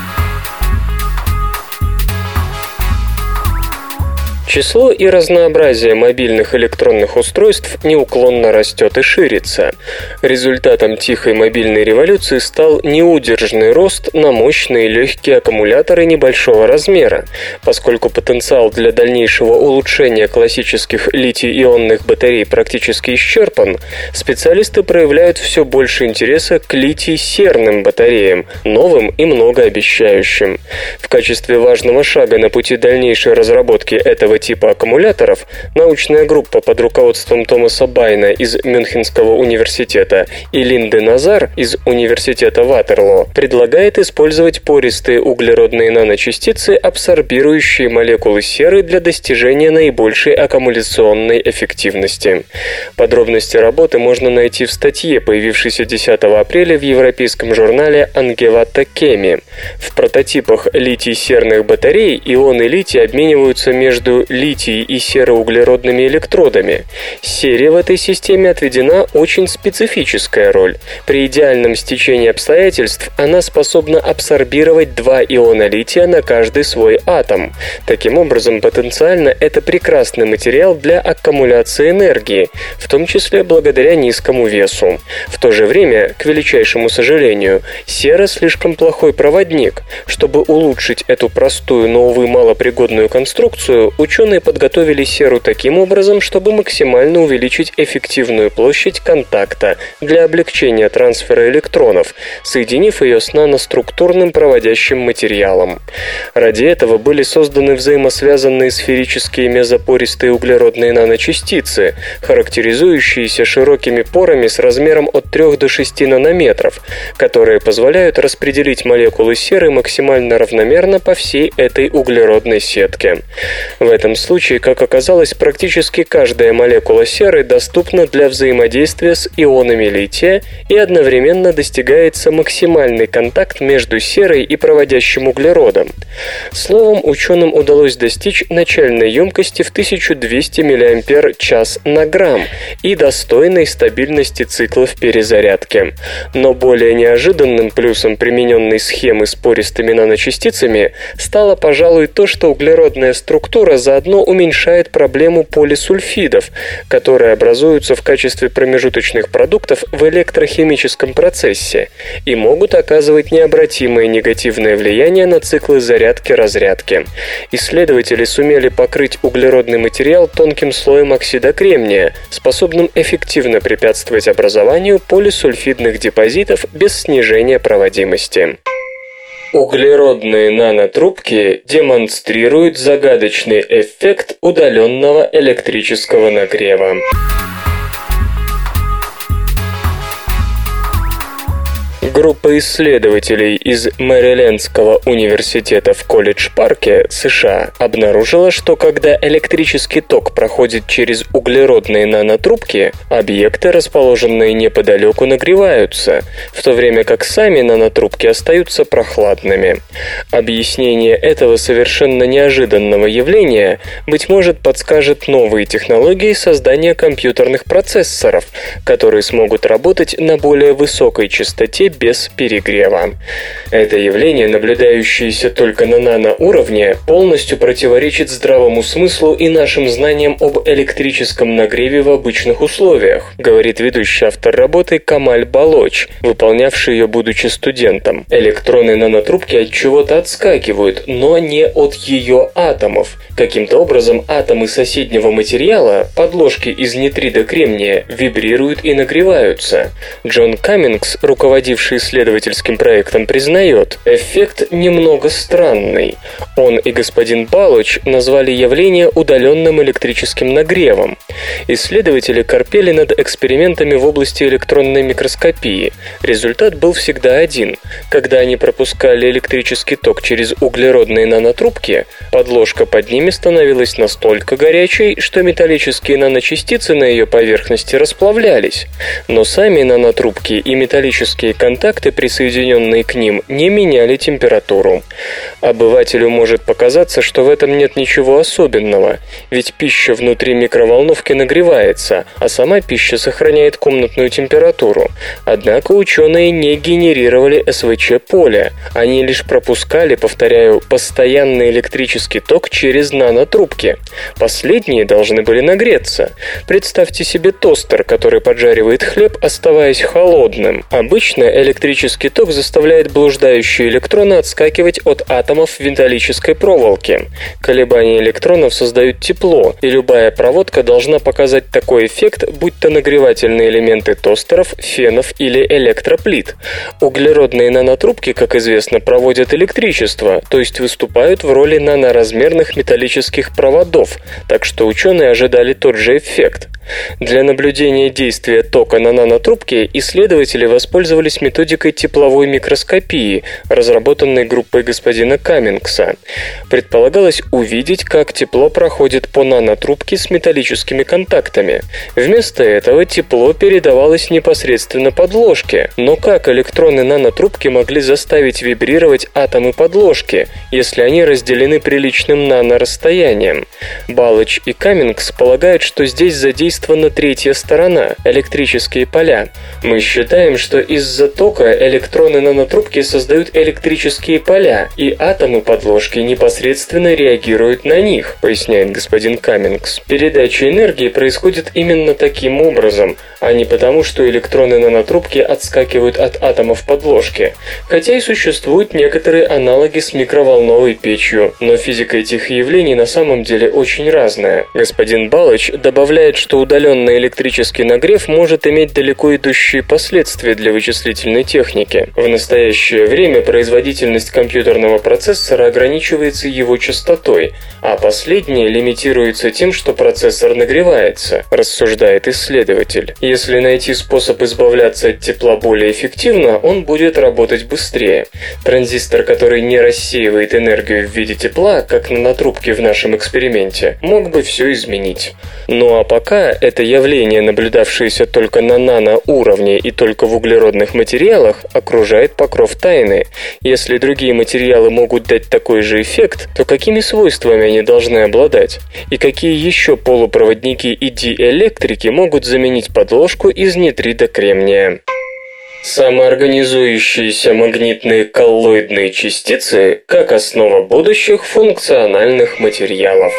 Число и разнообразие мобильных электронных устройств неуклонно растет и ширится. Результатом тихой мобильной революции стал неудержный рост на мощные легкие аккумуляторы небольшого размера. Поскольку потенциал для дальнейшего улучшения классических литий-ионных батарей практически исчерпан, специалисты проявляют все больше интереса к литий-серным батареям, новым и многообещающим. В качестве важного шага на пути дальнейшей разработки этого типа аккумуляторов научная группа под руководством Томаса Байна из Мюнхенского университета и Линды Назар из университета Ватерлоо предлагает использовать пористые углеродные наночастицы, абсорбирующие молекулы серы для достижения наибольшей аккумуляционной эффективности. Подробности работы можно найти в статье, появившейся 10 апреля в европейском журнале Angewandte Chemie. В прототипах литий-серных батарей ионы лития обмениваются между литий и сероуглеродными электродами. Сере в этой системе отведена очень специфическая роль. При идеальном стечении обстоятельств она способна абсорбировать 2 иона лития на каждый свой атом. Таким образом, потенциально это прекрасный материал для аккумуляции энергии, в том числе благодаря низкому весу. В то же время, к величайшему сожалению, сера слишком плохой проводник. Чтобы улучшить эту простую, но, увы, малопригодную конструкцию, ученые подготовили серу таким образом, чтобы максимально увеличить эффективную площадь контакта для облегчения трансфера электронов, соединив ее с наноструктурным проводящим материалом. Ради этого были созданы взаимосвязанные сферические мезопористые углеродные наночастицы, характеризующиеся широкими порами с размером от 3 до 6 нанометров, которые позволяют распределить молекулы серы максимально равномерно по всей этой углеродной сетке. В этом случае, как оказалось, практически каждая молекула серы доступна для взаимодействия с ионами лития и одновременно достигается максимальный контакт между серой и проводящим углеродом. Словом, ученым удалось достичь начальной емкости в 1200 мАч на грамм и достойной стабильности циклов перезарядки. Но более неожиданным плюсом примененной схемы с пористыми наночастицами стало, пожалуй, то, что углеродная структура заодно уменьшает проблему полисульфидов, которые образуются в качестве промежуточных продуктов в электрохимическом процессе и могут оказывать необратимое негативное влияние на циклы зарядки-разрядки. Исследователи сумели покрыть углеродный материал тонким слоем оксида кремния, способным эффективно препятствовать образованию полисульфидных депозитов без снижения проводимости. Углеродные нанотрубки демонстрируют загадочный эффект удаленного электрического нагрева. Группа исследователей из Мэрилендского университета в Колледж-парке, США, обнаружила, что когда электрический ток проходит через углеродные нанотрубки, объекты, расположенные неподалеку, нагреваются, в то время как сами нанотрубки остаются прохладными. Объяснение этого совершенно неожиданного явления, быть может, подскажет новые технологии создания компьютерных процессоров, которые смогут работать на более высокой частоте без перегрева. Это явление, наблюдающееся только на наноуровне, полностью противоречит здравому смыслу и нашим знаниям об электрическом нагреве в обычных условиях, говорит ведущий автор работы Камаль Балоч, выполнявший ее будучи студентом. Электроны нанотрубки от чего-то отскакивают, но не от ее атомов. Каким-то образом атомы соседнего материала, подложки из нитрида кремния, вибрируют и нагреваются. Джон Каммингс, руководивший исследовательским проектом признает, эффект немного странный. Он и господин Балоч назвали явление удаленным электрическим нагревом. Исследователи корпели над экспериментами в области электронной микроскопии. Результат был всегда один. Когда они пропускали электрический ток через углеродные нанотрубки, подложка под ними становилась настолько горячей, что металлические наночастицы на ее поверхности расплавлялись. Но сами нанотрубки и металлические контакты, присоединенные к ним, не меняли температуру. Обывателю может показаться, что в этом нет ничего особенного, ведь пища внутри микроволновки нагревается, а сама пища сохраняет комнатную температуру. Однако ученые не генерировали СВЧ-поле, они лишь пропускали, повторяю, постоянный электрический ток через нанотрубки. Последние должны были нагреться. Представьте себе тостер, который поджаривает хлеб, оставаясь холодным. Обычно электрический ток заставляет блуждающие электроны отскакивать от атомов металлической проволоки. Колебания электронов создают тепло, и любая проводка должна показать такой эффект, будь то нагревательные элементы тостеров, фенов или электроплит. Углеродные нанотрубки, как известно, проводят электричество, то есть выступают в роли наноразмерных металлических проводов, так что ученые ожидали тот же эффект. Для наблюдения действия тока на нанотрубке исследователи воспользовались методикой тепловой микроскопии, разработанной группой господина Каммингса. Предполагалось увидеть, как тепло проходит по нанотрубке с металлическими контактами. Вместо этого тепло передавалось непосредственно подложке. Но как электроны нанотрубки могли заставить вибрировать атомы подложки, если они разделены приличным нанорасстоянием? Балоч и Каммингс полагают, что здесь задействована третья сторона – электрические поля. Мы считаем, что из-за тока электроны нанотрубки создают электрические поля, и атомы подложки непосредственно реагируют на них, поясняет господин Каммингс. Передача энергии происходит именно таким образом, а не потому, что электроны нанотрубки отскакивают от атомов подложки. Хотя и существуют некоторые аналоги с микроволновой печью, но физика этих явлений на самом деле очень разная. Господин Балоч добавляет, что удаленный электрический нагрев может иметь далеко идущие последствия для вычислительной техники. В настоящее время производительность компьютерного процессора ограничивается его частотой, а последняя лимитируется тем, что процессор нагревается, рассуждает исследователь. Если найти способ избавляться от тепла более эффективно, он будет работать быстрее. Транзистор, который не рассеивает энергию в виде тепла, как нанотрубки в нашем эксперименте, мог бы все изменить. Ну а пока это явление, наблюдавшееся только на наноуровне и только в углеродных материалах, окружает покров тайны. Если другие материалы могут дать такой же эффект, то какими свойствами они должны обладать? И какие еще полупроводники и диэлектрики могут заменить подложку из нитрида кремния? Самоорганизующиеся магнитные коллоидные частицы как основа будущих функциональных материалов.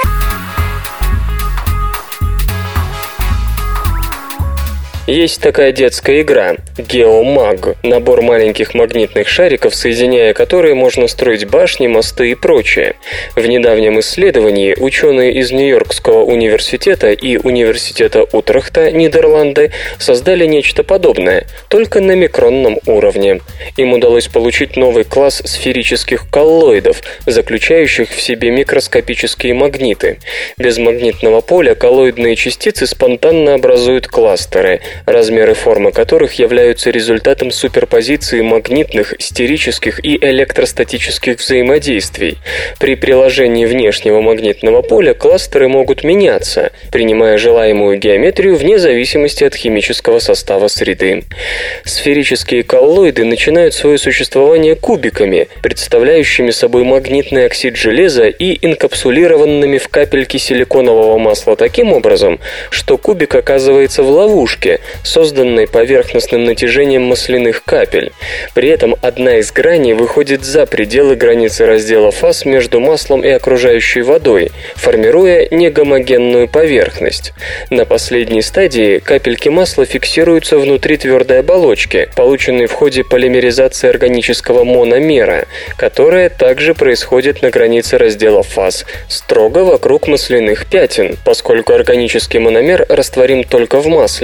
Есть такая детская игра – Geomag – набор маленьких магнитных шариков, соединяя которые можно строить башни, мосты и прочее. В недавнем исследовании ученые из Нью-Йоркского университета и Университета Утрехта, Нидерланды, создали нечто подобное, только на микронном уровне. Им удалось получить новый класс сферических коллоидов, заключающих в себе микроскопические магниты. Без магнитного поля коллоидные частицы спонтанно образуют кластеры, размеры формы которых являются результатом суперпозиции магнитных, стерических и электростатических взаимодействий. При приложении внешнего магнитного поля кластеры могут меняться, принимая желаемую геометрию вне зависимости от химического состава среды. Сферические коллоиды начинают свое существование кубиками, представляющими собой магнитный оксид железа и инкапсулированными в капельки силиконового масла таким образом, что кубик оказывается в ловушке, созданной поверхностным натяжением масляных капель. При этом одна из граней выходит за пределы границы раздела фаз между маслом и окружающей водой, формируя негомогенную поверхность. На последней стадии капельки масла фиксируются внутри твердой оболочки, полученной в ходе полимеризации органического мономера, которая также происходит на границе раздела фаз, строго вокруг масляных пятен, поскольку органический мономер растворим только в масле, а не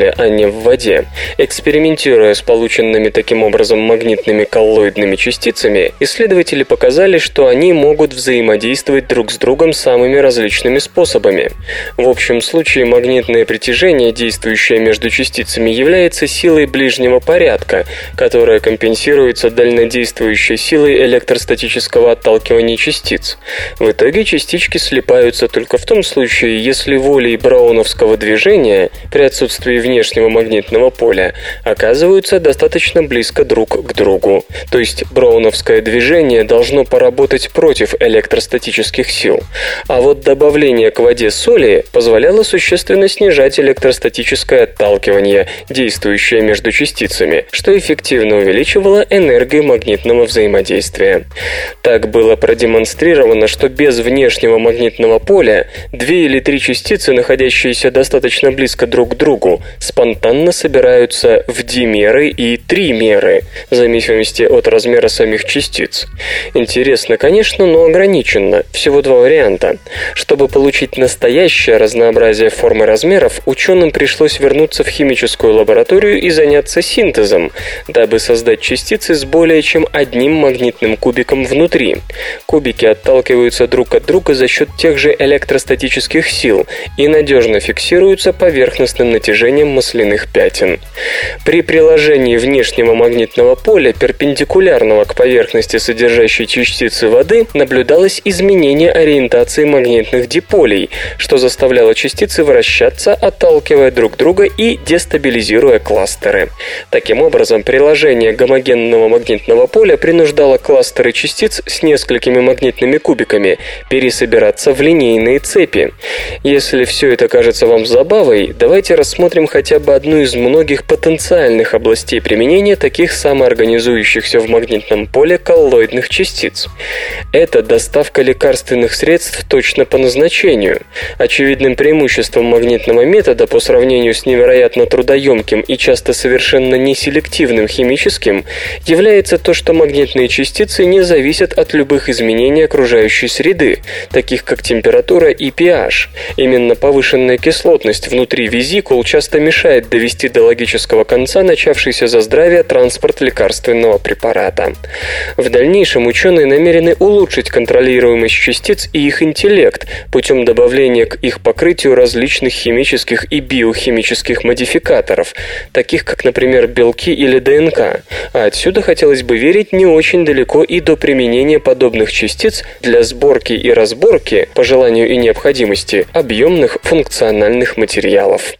в воде. Экспериментируя с полученными таким образом магнитными коллоидными частицами, исследователи показали, что они могут взаимодействовать друг с другом самыми различными способами. В общем случае магнитное притяжение, действующее между частицами, является силой ближнего порядка, которая компенсируется дальнодействующей силой электростатического отталкивания частиц. В итоге частички слипаются только в том случае, если волей брауновского движения при отсутствии внешнего магнитного поля оказываются достаточно близко друг к другу. То есть брауновское движение должно поработать против электростатических сил. А вот добавление к воде соли позволяло существенно снижать электростатическое отталкивание, действующее между частицами, что эффективно увеличивало энергию магнитного взаимодействия. Так было продемонстрировано, что без внешнего магнитного поля 2 или 3 частицы, находящиеся достаточно близко друг к другу, спонтанно собираются в димеры и тримеры, в зависимости от размера самих частиц. Интересно, конечно, но ограниченно. Всего 2 варианта. Чтобы получить настоящее разнообразие форм и размеров, ученым пришлось вернуться в химическую лабораторию и заняться синтезом, дабы создать частицы с более чем одним магнитным кубиком внутри. Кубики отталкиваются друг от друга за счет тех же электростатических сил и надежно фиксируются поверхностным натяжением масляных пятен. При приложении внешнего магнитного поля, перпендикулярного к поверхности содержащей частицы воды, наблюдалось изменение ориентации магнитных диполей, что заставляло частицы вращаться, отталкивая друг друга и дестабилизируя кластеры. Таким образом, приложение гомогенного магнитного поля принуждало кластеры частиц с несколькими магнитными кубиками пересобираться в линейные цепи. Если все это кажется вам забавой, давайте рассмотрим хотя бы одну из многих потенциальных областей применения таких самоорганизующихся в магнитном поле коллоидных частиц. Это доставка лекарственных средств точно по назначению. Очевидным преимуществом магнитного метода по сравнению с невероятно трудоемким и часто совершенно неселективным химическим является то, что магнитные частицы не зависят от любых изменений окружающей среды, таких как температура и pH. Именно повышенная кислотность внутри везикул часто мешает довести до логического конца начавшийся за здравие транспорт лекарственного препарата. В дальнейшем ученые намерены улучшить контролируемость частиц и их интеллект путем добавления к их покрытию различных химических и биохимических модификаторов, таких как, например, белки или ДНК. А отсюда хотелось бы верить не очень далеко и до применения подобных частиц для сборки и разборки, по желанию и необходимости, объемных функциональных материалов.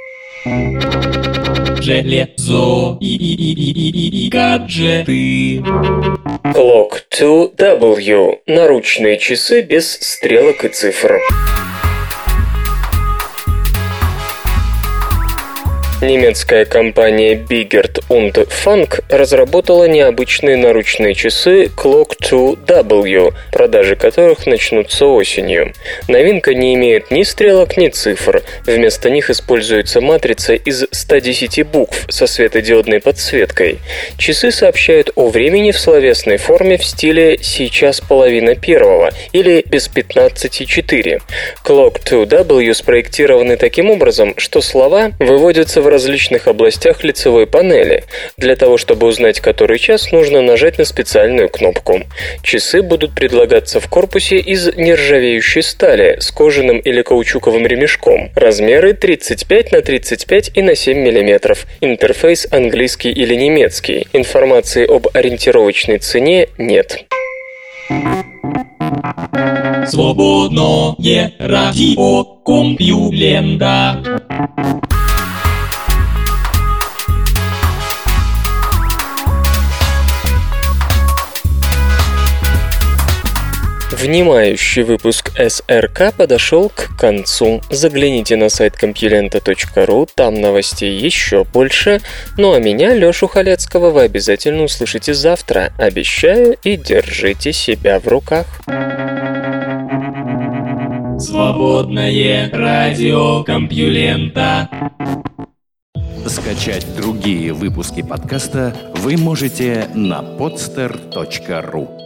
Железо и гаджеты. Clock 2W. Наручные часы без стрелок и цифр. Немецкая компания Bigert und Funk разработала необычные наручные часы Clock 2W, продажи которых начнутся осенью. Новинка не имеет ни стрелок, ни цифр. Вместо них используется матрица из 110 букв со светодиодной подсветкой. Часы сообщают о времени в словесной форме в стиле «сейчас половина первого» или «без 15:04». Clock 2W спроектированы таким образом, что слова выводятся в различных областях лицевой панели. Для того, чтобы узнать, который час, нужно нажать на специальную кнопку. Часы будут предлагаться в корпусе из нержавеющей стали с кожаным или каучуковым ремешком. Размеры 35 на 35 и на 7 мм. Интерфейс английский или немецкий. Информации об ориентировочной цене нет. Свободное радио Компьюлента. Внимающий выпуск СРК подошел к концу. Загляните на сайт compulenta.ru, там новостей еще больше. Ну а меня, Лешу Халецкого, вы обязательно услышите завтра. Обещаю, и держите себя в руках. Свободное радио Компьюлента. Скачать другие выпуски подкаста вы можете на podster.ru.